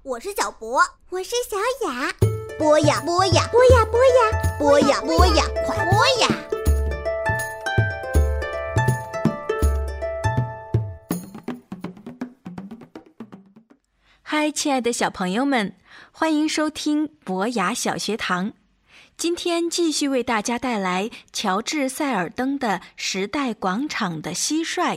我是小博， 我是小雅。 播呀播呀， 播呀播呀， 播呀播呀，快播呀！ 嗨，亲爱的小朋友们，欢迎收听博雅小学堂。今天继续为大家带来乔治·塞尔登的《时代广场的蟋蟀》。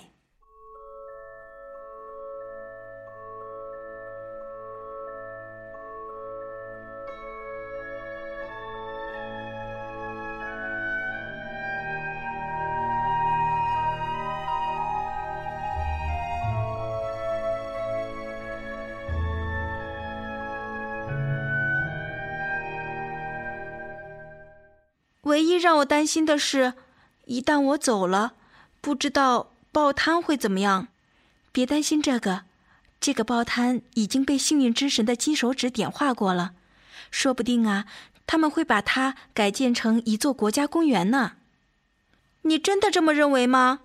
唯一让我担心的是，一旦我走了，不知道报摊会怎么样。别担心这个报摊已经被幸运之神的金手指点化过了，说不定啊，他们会把它改建成一座国家公园呢。你真的这么认为吗？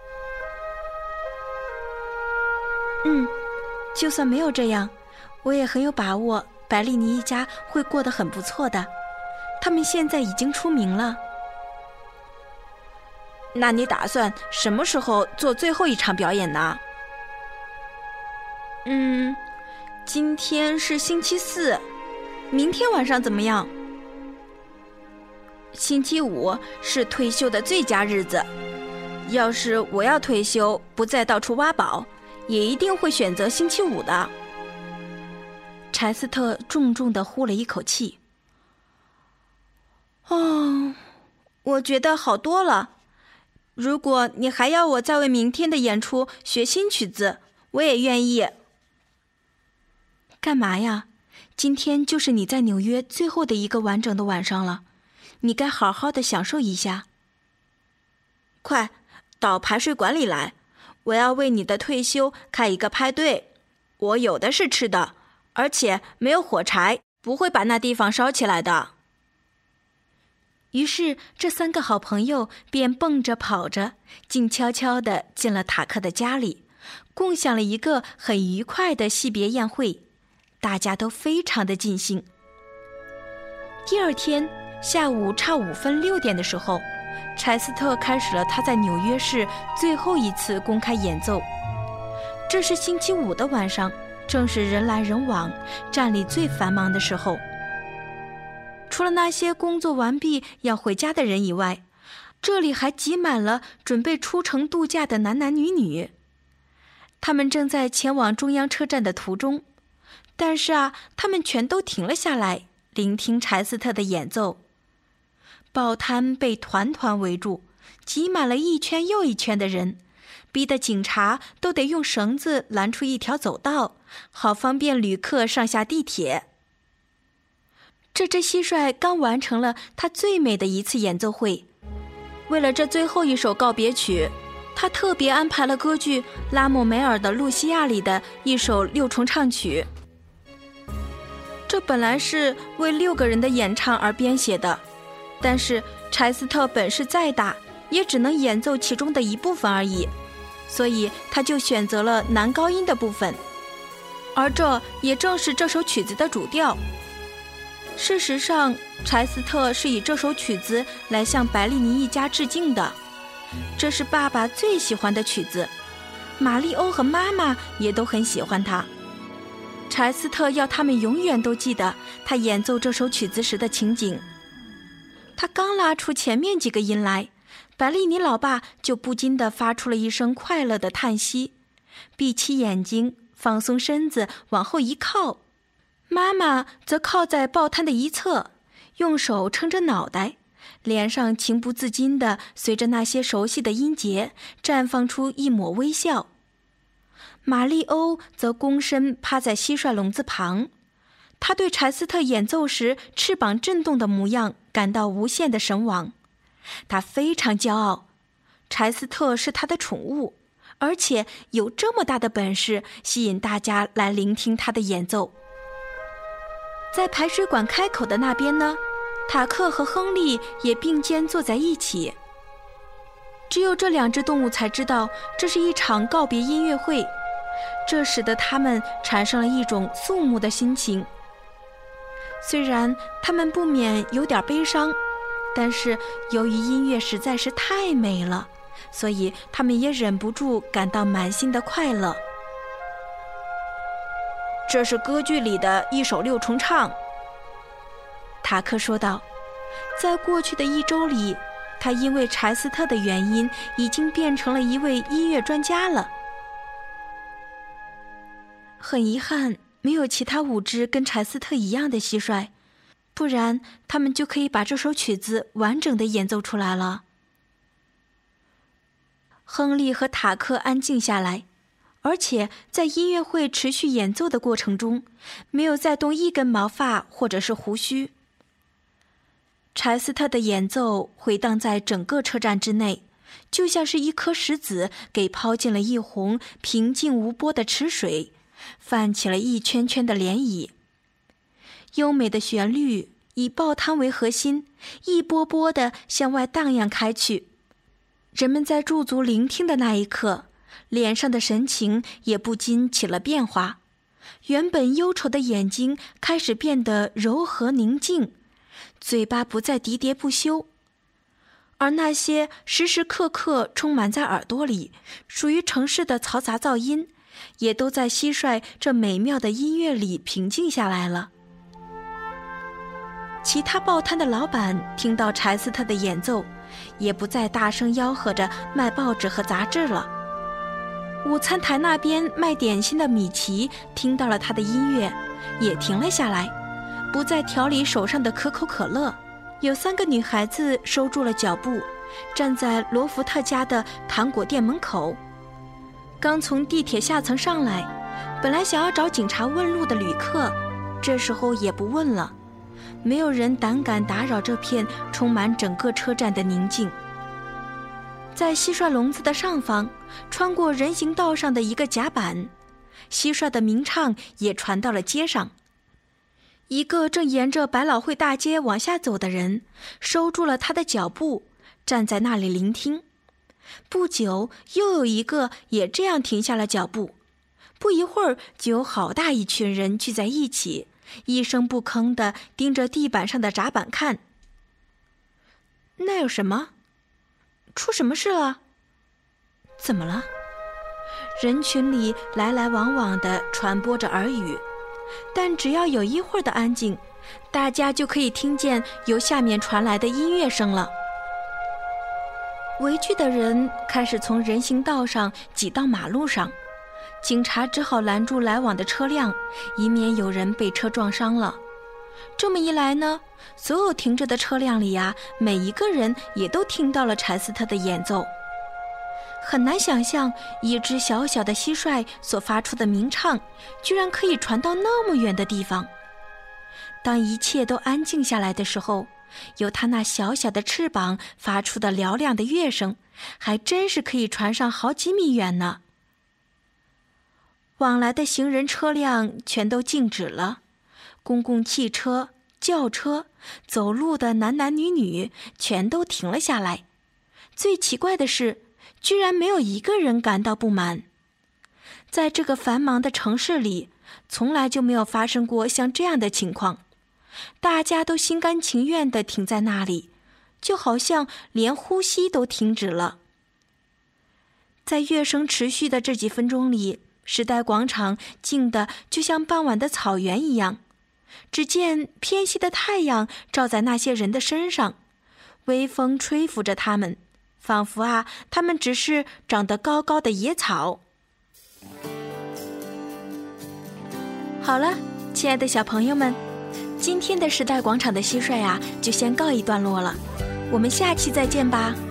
就算没有这样，我也很有把握，百利尼一家会过得很不错的。他们现在已经出名了。那你打算什么时候做最后一场表演呢？今天是星期四，明天晚上怎么样？星期五是退休的最佳日子。要是我要退休，不再到处挖宝，也一定会选择星期五的。柴斯特重重地呼了一口气。我觉得好多了。如果你还要我再为明天的演出学新曲子，我也愿意。干嘛呀？今天就是你在纽约最后的一个完整的晚上了，你该好好的享受一下。快，到排水馆里来，我要为你的退休开一个派对。我有的是吃的，而且没有火柴，不会把那地方烧起来的。于是这三个好朋友便蹦着跑着，静悄悄地进了塔克的家里，共享了一个很愉快的惜别宴会，大家都非常的尽兴。第二天下午差5分6点的时候，柴斯特开始了他在纽约市最后一次公开演奏。这是星期五的晚上，正是人来人往，站里最繁忙的时候。除了那些工作完毕要回家的人以外，这里还挤满了准备出城度假的男男女女。他们正在前往中央车站的途中，但是他们全都停了下来，聆听柴斯特的演奏。报摊被团团围住，挤满了一圈又一圈的人，逼得警察都得用绳子拦出一条走道，好方便旅客上下地铁。这只蟋蟀刚完成了他最美的一次演奏会，为了这最后一首告别曲，他特别安排了歌剧拉莫梅尔的《露西亚》里的一首6重唱曲。这本来是为6个人的演唱而编写的，但是柴斯特本事再大，也只能演奏其中的一部分而已，所以他就选择了男高音的部分，而这也正是这首曲子的主调。事实上，柴斯特是以这首曲子来向百利尼一家致敬的。这是爸爸最喜欢的曲子，玛丽欧和妈妈也都很喜欢它。柴斯特要他们永远都记得他演奏这首曲子时的情景。他刚拉出前面几个音来，百利尼老爸就不禁地发出了一声快乐的叹息，闭起眼睛，放松身子，往后一靠。妈妈则靠在报摊的一侧，用手撑着脑袋，脸上情不自禁地随着那些熟悉的音节绽放出一抹微笑。玛丽欧则躬身趴在蟋蟀笼子旁，她对柴斯特演奏时翅膀震动的模样感到无限的神往。她非常骄傲，柴斯特是她的宠物，而且有这么大的本事吸引大家来聆听她的演奏。在排水管开口的那边呢，塔克和亨利也并肩坐在一起。只有这2只动物才知道，这是一场告别音乐会。 这使得他们产生了一种肃穆的心情。虽然他们不免有点悲伤，但是由于音乐实在是太美了，所以他们也忍不住感到满心的快乐。这是歌剧里的一首六重唱，塔克说道。在过去的1周里，他因为柴斯特的原因已经变成了一位音乐专家了。很遗憾，没有其他5只跟柴斯特一样的蟋蟀，不然他们就可以把这首曲子完整的演奏出来了。亨利和塔克安静下来，而且在音乐会持续演奏的过程中，没有再动一根毛发或者是胡须。柴斯特的演奏回荡在整个车站之内，就像是一颗石子给抛进了一泓平静无波的池水，泛起了一圈圈的涟漪。优美的旋律以爆汤为核心，一波波地向外荡漾开去。人们在驻足聆听的那一刻，脸上的神情也不禁起了变化，原本忧愁的眼睛开始变得柔和宁静，嘴巴不再喋喋不休，而那些时时刻刻充满在耳朵里属于城市的嘈杂噪音，也都在蟋蟀这美妙的音乐里平静下来了。其他报摊的老板听到柴斯特的演奏，也不再大声吆喝着卖报纸和杂志了。午餐台那边卖点心的米奇听到了他的音乐，也停了下来，不再调理手上的可口可乐。有3个女孩子收住了脚步，站在罗福特家的糖果店门口。刚从地铁下层上来，本来想要找警察问路的旅客，这时候也不问了。没有人胆敢打扰这片充满整个车站的宁静。在蟋蟀笼子的上方，穿过人行道上的一个甲板，蟋蟀的鸣唱也传到了街上。一个正沿着百老汇大街往下走的人收住了他的脚步，站在那里聆听。不久，又有一个也这样停下了脚步。不一会儿，就有好大一群人聚在一起，一声不吭地盯着地板上的闸板看。那有什么？出什么事了？怎么了？人群里来来往往地传播着耳语，但只要有一会儿的安静，大家就可以听见由下面传来的音乐声了。围聚的人开始从人行道上挤到马路上，警察只好拦住来往的车辆，以免有人被车撞伤了。这么一来呢，所有停着的车辆里呀，每一个人也都听到了柴斯特的演奏。很难想象，一只小小的蟋蟀所发出的鸣唱，居然可以传到那么远的地方。当一切都安静下来的时候，由它那小小的翅膀发出的嘹亮的乐声，还真是可以传上好几米远呢。往来的行人车辆全都静止了，公共汽车、轿车、走路的男男女女全都停了下来。最奇怪的是，居然没有一个人感到不满。在这个繁忙的城市里，从来就没有发生过像这样的情况。大家都心甘情愿地停在那里，就好像连呼吸都停止了。在乐声持续的这几分钟里，时代广场静得就像傍晚的草原一样。只见偏西的太阳照在那些人的身上，微风吹拂着他们，仿佛他们只是长得高高的野草。好了，亲爱的小朋友们，今天的时代广场的蟋蟀就先告一段落了，我们下期再见吧。